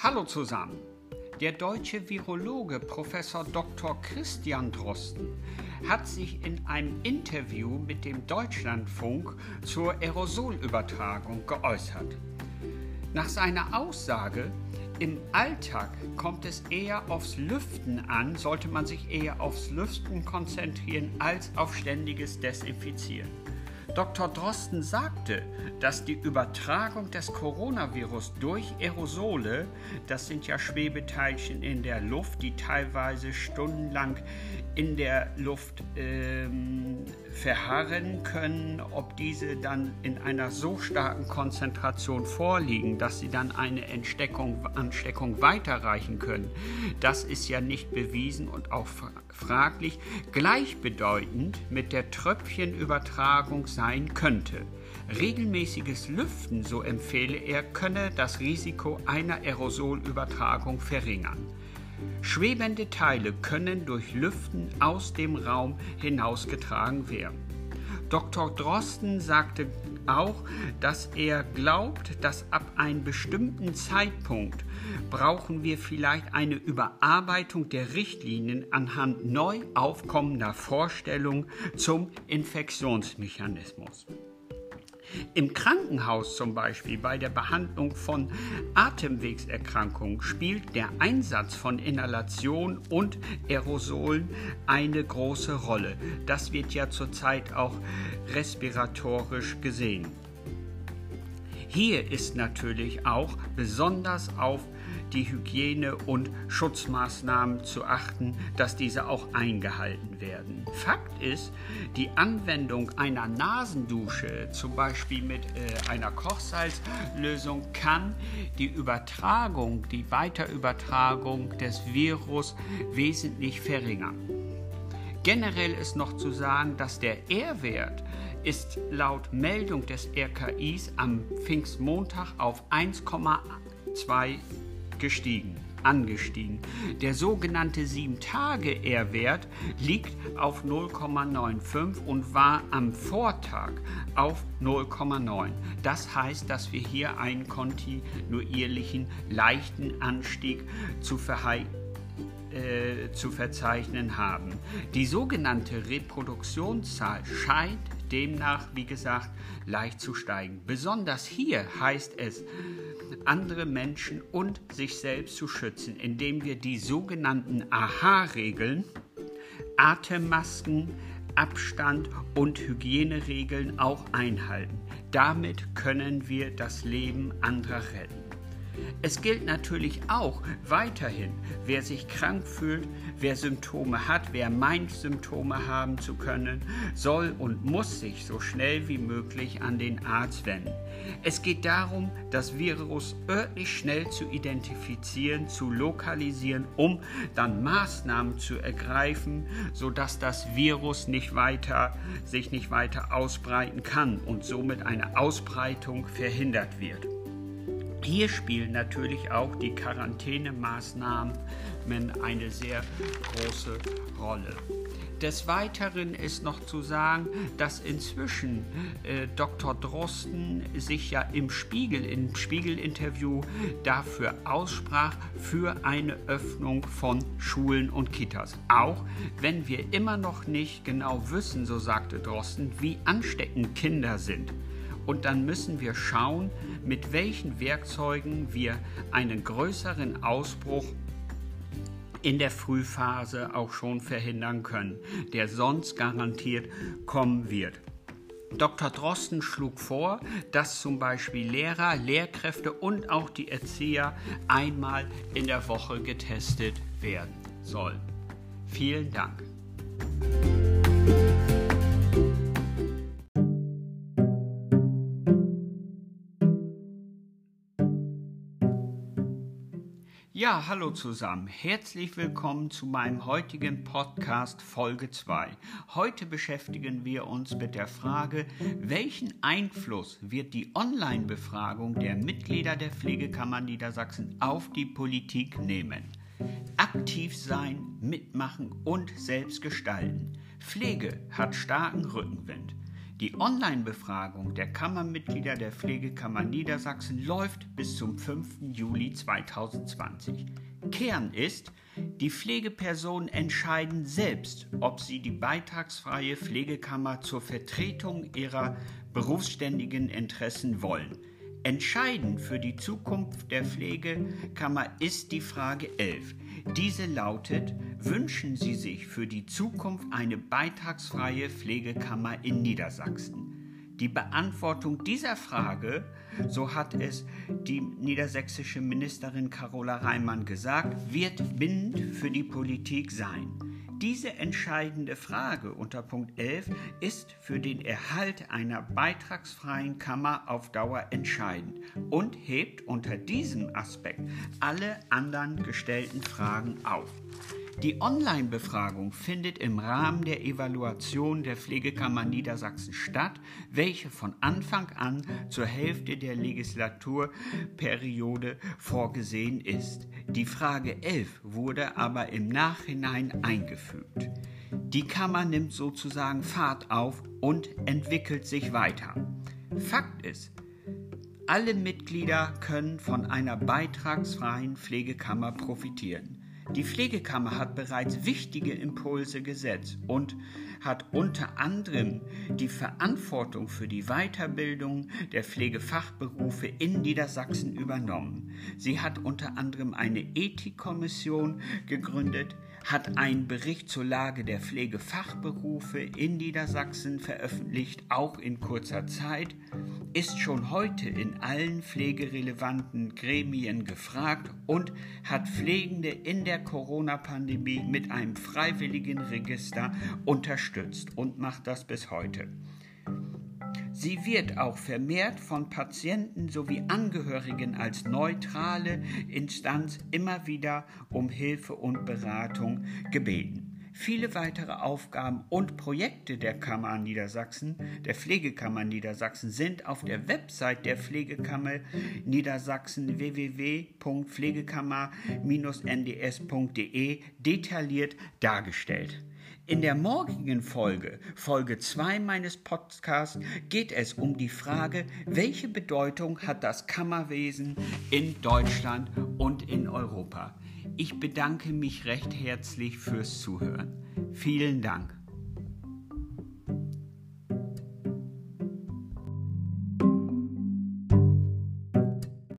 Hallo zusammen. Der deutsche Virologe Prof. Dr. Christian Drosten hat sich in einem Interview mit dem Deutschlandfunk zur Aerosolübertragung geäußert. Nach seiner Aussage, im Alltag kommt es eher aufs Lüften an, sollte man sich eher aufs Lüften konzentrieren als auf ständiges Desinfizieren. Dr. Drosten sagte, dass die Übertragung des Coronavirus durch Aerosole, das sind ja Schwebeteilchen in der Luft, die teilweise stundenlang in der Luft verharren können, ob diese dann in einer so starken Konzentration vorliegen, dass sie dann eine Ansteckung weiterreichen können, das ist ja nicht bewiesen und auch fraglich, gleichbedeutend mit der Tröpfchenübertragung sein könnte. Regelmäßiges Lüften, so empfehle er, könne das Risiko einer Aerosolübertragung verringern. Schwebende Teile können durch Lüften aus dem Raum hinausgetragen werden. Dr. Drosten sagte auch, dass er glaubt, dass ab einem bestimmten Zeitpunkt brauchen wir vielleicht eine Überarbeitung der Richtlinien anhand neu aufkommender Vorstellungen zum Infektionsmechanismus. Im Krankenhaus zum Beispiel bei der Behandlung von Atemwegserkrankungen spielt der Einsatz von Inhalation und Aerosolen eine große Rolle. Das wird ja zurzeit auch respiratorisch gesehen. Hier ist natürlich auch besonders auf die Hygiene- und Schutzmaßnahmen zu achten, dass diese auch eingehalten werden. Fakt ist, die Anwendung einer Nasendusche, zum Beispiel mit einer Kochsalzlösung, kann die Weiterübertragung des Virus wesentlich verringern. Generell ist noch zu sagen, dass der R-Wert ist laut Meldung des RKIs am Pfingstmontag auf 1,2 angestiegen. Der sogenannte 7-Tage-R-Wert liegt auf 0,95 und war am Vortag auf 0,9. Das heißt, dass wir hier einen kontinuierlichen leichten Anstieg zu verzeichnen haben. Die sogenannte Reproduktionszahl scheint demnach, wie gesagt, leicht zu steigen. Besonders hier heißt es, andere Menschen und sich selbst zu schützen, indem wir die sogenannten AHA-Regeln, Atemmasken, Abstand und Hygieneregeln auch einhalten. Damit können wir das Leben anderer retten. Es gilt natürlich auch weiterhin, wer sich krank fühlt, wer Symptome hat, wer meint, Symptome haben zu können, soll und muss sich so schnell wie möglich an den Arzt wenden. Es geht darum, das Virus örtlich schnell zu identifizieren, zu lokalisieren, um dann Maßnahmen zu ergreifen, sodass das Virus sich nicht weiter ausbreiten kann und somit eine Ausbreitung verhindert wird. Hier spielen natürlich auch die Quarantänemaßnahmen eine sehr große Rolle. Des Weiteren ist noch zu sagen, dass inzwischen Dr. Drosten sich ja im Spiegel-Interview dafür aussprach, für eine Öffnung von Schulen und Kitas. Auch wenn wir immer noch nicht genau wissen, so sagte Drosten, wie ansteckend Kinder sind. Und dann müssen wir schauen, mit welchen Werkzeugen wir einen größeren Ausbruch in der Frühphase auch schon verhindern können, der sonst garantiert kommen wird. Dr. Drosten schlug vor, dass zum Beispiel Lehrer, Lehrkräfte und auch die Erzieher einmal in der Woche getestet werden sollen. Vielen Dank. Ja, hallo zusammen. Herzlich willkommen zu meinem heutigen Podcast Folge 2. Heute beschäftigen wir uns mit der Frage, welchen Einfluss wird die Online-Befragung der Mitglieder der Pflegekammer Niedersachsen auf die Politik nehmen? Aktiv sein, mitmachen und selbst gestalten. Pflege hat starken Rückenwind. Die Online-Befragung der Kammermitglieder der Pflegekammer Niedersachsen läuft bis zum 5. Juli 2020. Kern ist, die Pflegepersonen entscheiden selbst, ob sie die beitragsfreie Pflegekammer zur Vertretung ihrer berufsständigen Interessen wollen. Entscheidend für die Zukunft der Pflegekammer ist die Frage 11. Diese lautet: Wünschen Sie sich für die Zukunft eine beitragsfreie Pflegekammer in Niedersachsen? Die Beantwortung dieser Frage, so hat es die niedersächsische Ministerin Carola Reimann gesagt, wird bindend für die Politik sein. Diese entscheidende Frage unter Punkt 11 ist für den Erhalt einer beitragsfreien Kammer auf Dauer entscheidend und hebt unter diesem Aspekt alle anderen gestellten Fragen auf. Die Online-Befragung findet im Rahmen der Evaluation der Pflegekammer Niedersachsen statt, welche von Anfang an zur Hälfte der Legislaturperiode vorgesehen ist. Die Frage 11 wurde aber im Nachhinein eingefügt. Die Kammer nimmt sozusagen Fahrt auf und entwickelt sich weiter. Fakt ist, alle Mitglieder können von einer beitragsfreien Pflegekammer profitieren. Die Pflegekammer hat bereits wichtige Impulse gesetzt und hat unter anderem die Verantwortung für die Weiterbildung der Pflegefachberufe in Niedersachsen übernommen. Sie hat unter anderem eine Ethikkommission gegründet, hat einen Bericht zur Lage der Pflegefachberufe in Niedersachsen veröffentlicht, auch in kurzer Zeit, ist schon heute in allen pflegerelevanten Gremien gefragt und hat Pflegende in der Corona-Pandemie mit einem freiwilligen Register unterstützt und macht das bis heute. Sie wird auch vermehrt von Patienten sowie Angehörigen als neutrale Instanz immer wieder um Hilfe und Beratung gebeten. Viele weitere Aufgaben und Projekte der Kammer Niedersachsen, der Pflegekammer Niedersachsen, sind auf der Website der Pflegekammer Niedersachsen www.pflegekammer-nds.de detailliert dargestellt. In der morgigen Folge, Folge 2 meines Podcasts, geht es um die Frage, welche Bedeutung hat das Kammerwesen in Deutschland und in Europa. Ich bedanke mich recht herzlich fürs Zuhören. Vielen Dank.